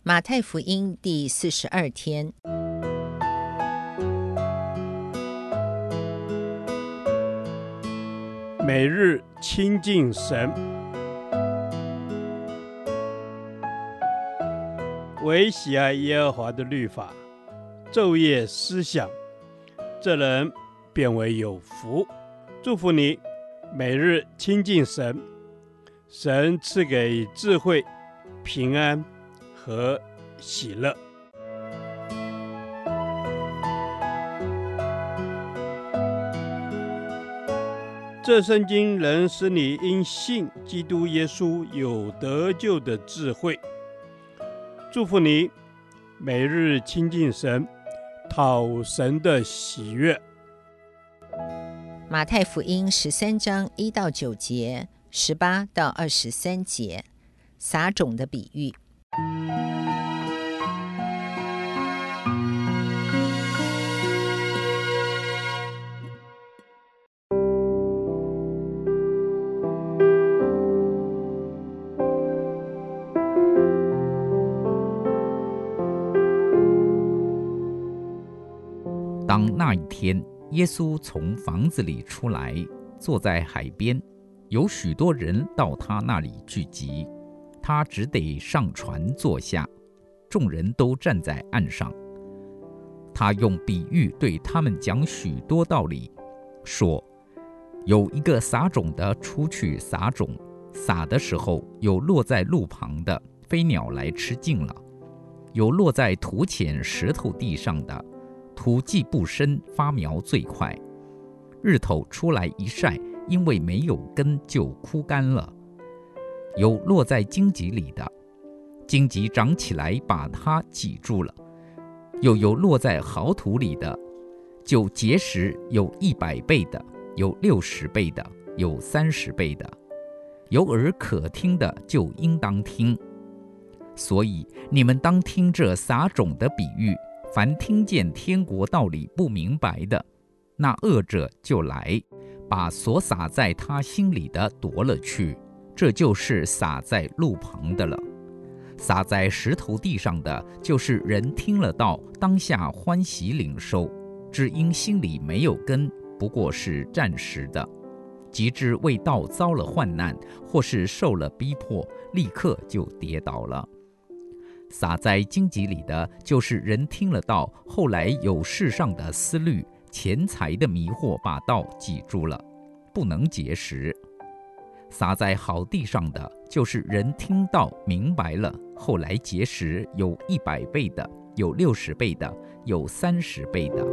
马太福音第42天， 每日亲近神，唯喜爱耶和华的律法，昼夜思想，这人便为有福。祝福你，每日亲近神，神赐给智慧、平安和喜乐。这圣经能使你因信基督耶稣有得救的智慧。祝福你，每日亲近神，讨神的喜悦。 马太福音13章1到9节，18到23节，撒种的比喻。 当那一天，耶稣从房子里出来，坐在海边，有许多人到他那里聚集，他只得上船坐下，众人都站在岸上。他用比喻对他们讲许多道理，说：有一个撒种的出去撒种，撒的时候，有落在路旁的，飞鸟来吃尽了；有落在土浅石头地上的，土既不深，发苗最快，日头出来一晒，因为没有根就枯干了；有落在荆棘里的，荆棘长起来把它挤住了；又有落在好土里的，就结实，有100倍的，有60倍的，有30倍的。有耳可听的就应当听。所以你们当听这撒种的比喻，凡听见天国道理不明白的，那恶者就来，把所撒在他心里的夺了去，这就是撒在路旁的了。撒在石头地上的，就是人听了道，当下欢喜领受，只因心里没有根，不过是暂时的。及至为道遭了患难，或是受了逼迫，立刻就跌倒了。撒在荆棘里的，就是人听了道，后来有世上的思虑、钱财的迷惑，把道挤住了，不能结实。撒在好地上的，就是人听道明白了，后来结实，有100倍的，有60倍的，有30倍的。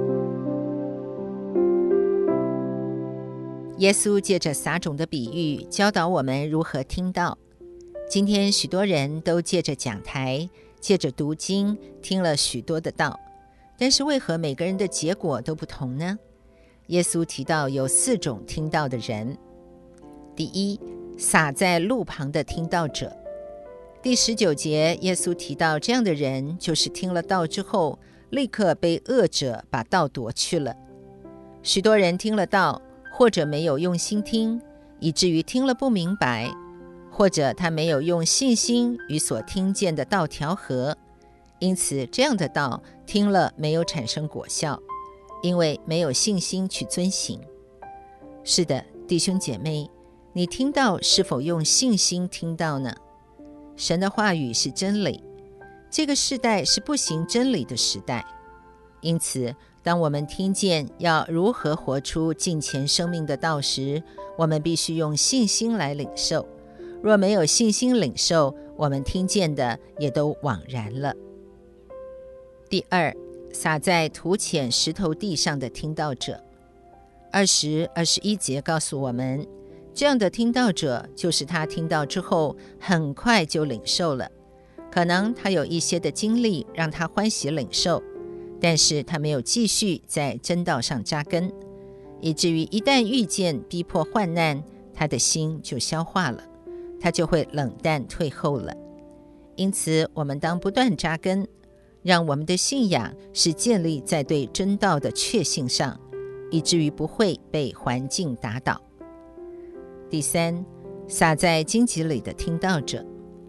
耶稣借着撒种的比喻，教导我们如何听道。今天许多人都借着讲台，借着读经，听了许多的道，但是为何每个人的结果都不同呢？耶稣提到有4种听道的人。第一，撒在路旁的听道者。第19节，耶稣提到这样的人，就是听了道之后，立刻被恶者把道夺去了。许多人听了道，或者没有用心听，以至于听了不明白，或者他没有用信心与所听见的道调和，因此这样的道听了没有产生果效，因为没有信心去遵行。是的，弟兄姐妹，你听到是否用信心听到呢？神的话语是真理，这个时代是不行真理的时代，因此当我们听见要如何活出敬虔生命的道时，我们必须用信心来领受。若没有信心领受，我们听见的也都枉然了。第二，撒在土浅石头地上的听道者。20、21节告诉我们，这样的听道者，就是他听到之后很快就领受了，可能他有一些的经历让他欢喜领受，但是他没有继续在真道上扎根，以至于一旦遇见逼迫患难，他的心就消化了，他就会冷淡退后了。因此我们当不断扎根，让我们的信仰是建立在对真道的确信上，以至于不会被环境打倒。第三，撒在荆棘里的听道者。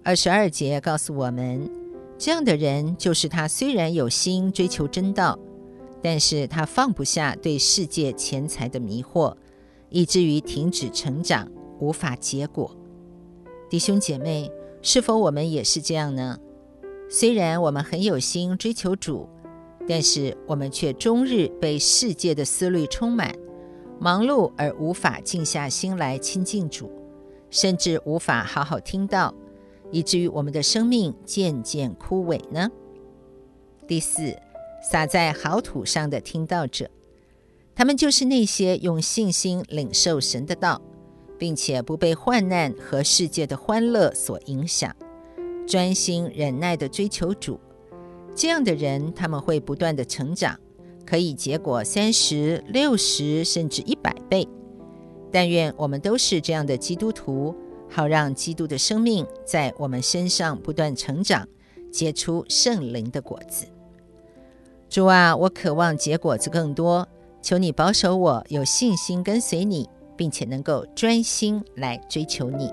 22节告诉我们，这样的人就是他虽然有心追求真道，但是他放不下对世界钱财的迷惑，以至于停止成长，无法结果。弟兄姐妹，是否我们也是这样呢？虽然我们很有心追求主，但是我们却终日被世界的思虑充满，忙碌而无法静下心来亲近主，甚至无法好好听道，以至于我们的生命渐渐枯萎呢？第四，撒在好土上的听道者，他们就是那些用信心领受神的道，并且不被患难和世界的欢乐所影响，专心忍耐地追求主。这样的人，他们会不断地成长，可以结果30、60甚至100倍。但愿我们都是这样的基督徒，好让基督的生命在我们身上不断成长，结出圣灵的果子。主啊，我渴望结果子更多，求你保守我有信心跟随你，并且能够专心来追求你。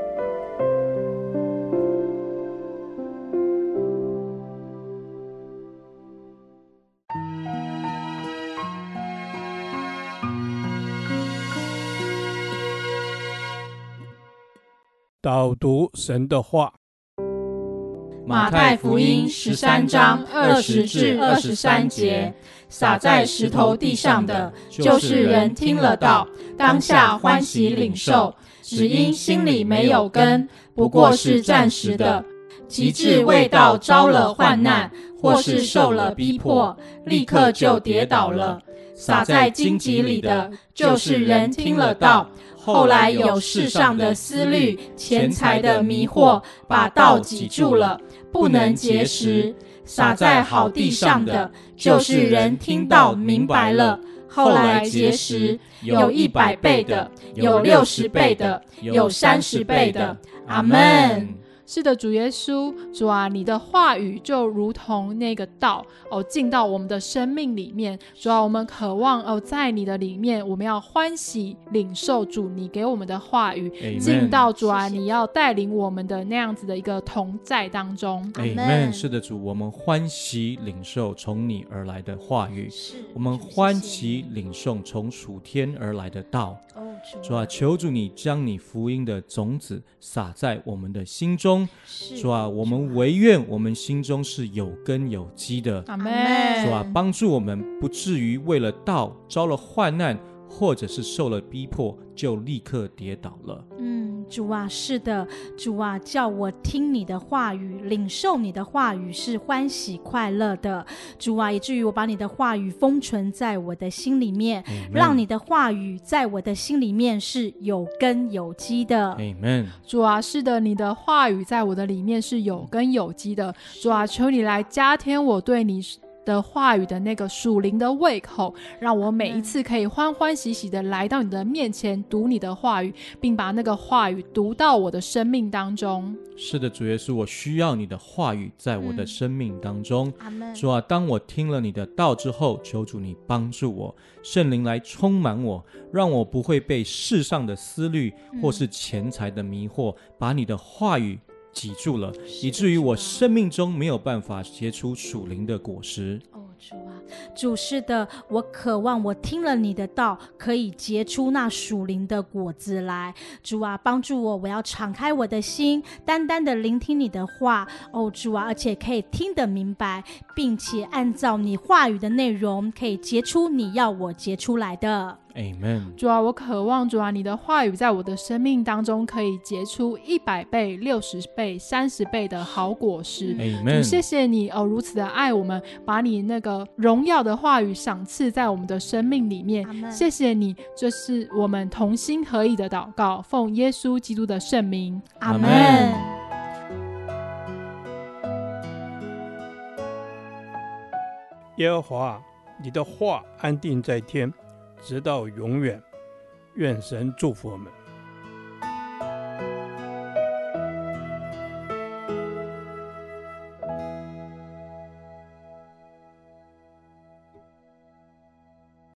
导读神的话。 马太福音13章20至23节，撒在石头地上的，就是人听了道，当下欢喜领受，只因心里没有根，不过是暂时的，及至为道招了患难，或是受了逼迫，立刻就跌倒了。撒在荆棘里的，就是人听了道，后来有世上的思虑、钱财的迷惑，把道挤住了，不能结实。撒在好地上的，就是人听道明白了，后来结实，有100倍的，有60倍的，有30倍的。阿们。 是的，主耶稣，主啊，你的话语就如同那个道进到我们的生命里面。主啊，我们渴望在你的里面，我们要欢喜领受主你给我们的话语，进到主啊你要带领我们的那样子的一个同在当中。 Amen。是的，主，我们欢喜领受从你而来的话语，我们欢喜领受从属天而来的道。主啊，求主你将你福音的种子撒在我们的心中。主啊，我们唯愿我们心中是有根有基的。 阿们。 主啊，帮助我们不至于为了道遭了患难，或者是受了逼迫，就立刻跌倒了。 主啊，是的，主啊，叫我听你的话语，领受你的话语是欢喜快乐的。主啊，以至于我把你的话语封存在我的心里面，让你的话语在我的心里面是有根有基的。 Amen。 主啊，是的，你的话语在我的里面是有根有基的。主啊，求你来加添我对你的话语的那个属灵的胃口，让我每一次可以欢欢喜喜的来到你的面前读你的话语，并把那个话语读到我的生命当中。 是的，主耶稣，我需要你的话语在我的生命当中。主啊，当我听了你的道之后，求主你帮助我，圣灵来充满我，让我不会被世上的思虑或是钱财的迷惑，把你的话语挤住了，以至于我生命中没有办法结出属灵的果实。 主啊，主，是的，我渴望我听了你的道可以结出那属灵的果子来。主啊，帮助我，我要敞开我的心，单单的聆听你的话。主啊，而且可以听得明白，并且按照你话语的内容可以结出你要我结出来的。 Amen。 主啊，我渴望主啊你的话语在我的生命当中可以结出100倍、60倍、30倍的好果实。 Amen。 主，谢谢你如此的爱我们，把你那个荣耀的话语赏赐在我们的生命里面。谢谢你，这是我们同心合意的祷告，奉耶稣基督的圣名。 阿们。 耶和华，你的话安定在天，直到永远。愿神祝福我们。